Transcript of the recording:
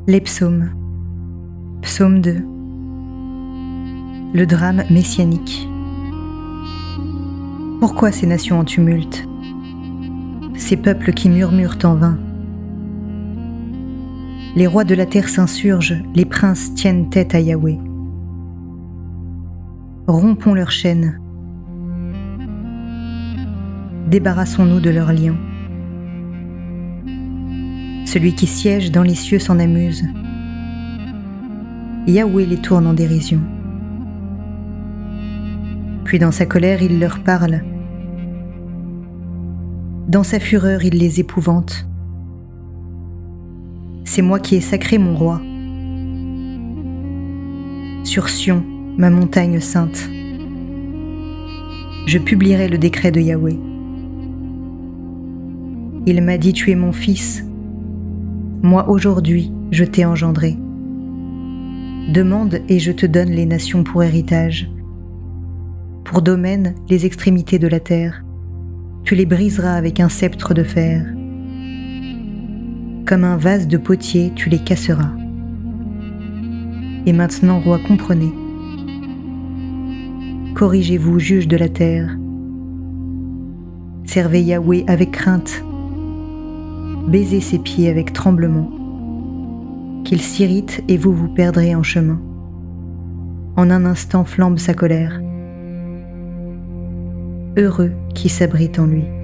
Les psaumes. Psaume 2. Le drame messianique. Pourquoi ces nations en tumulte? Ces peuples qui murmurent en vain? Les rois de la terre s'insurgent, les princes tiennent tête à Yahweh. Rompons leurs chaînes. Débarrassons-nous de leurs liens. Celui qui siège dans les cieux s'en amuse. Yahweh les tourne en dérision. Puis dans sa colère, il leur parle. Dans sa fureur, il les épouvante. C'est moi qui ai sacré mon roi. Sur Sion, ma montagne sainte, je publierai le décret de Yahweh. Il m'a dit: tu es mon fils. Moi aujourd'hui, je t'ai engendré. Demande et je te donne les nations pour héritage. Pour domaine, les extrémités de la terre. Tu les briseras avec un sceptre de fer. Comme un vase de potier, tu les casseras. Et maintenant, roi, comprenez. Corrigez-vous, juges de la terre. Servez Yahweh avec crainte. Baisez ses pieds avec tremblement. Qu'il s'irrite et vous vous perdrez en chemin. En un instant flambe sa colère. Heureux qui s'abrite en lui.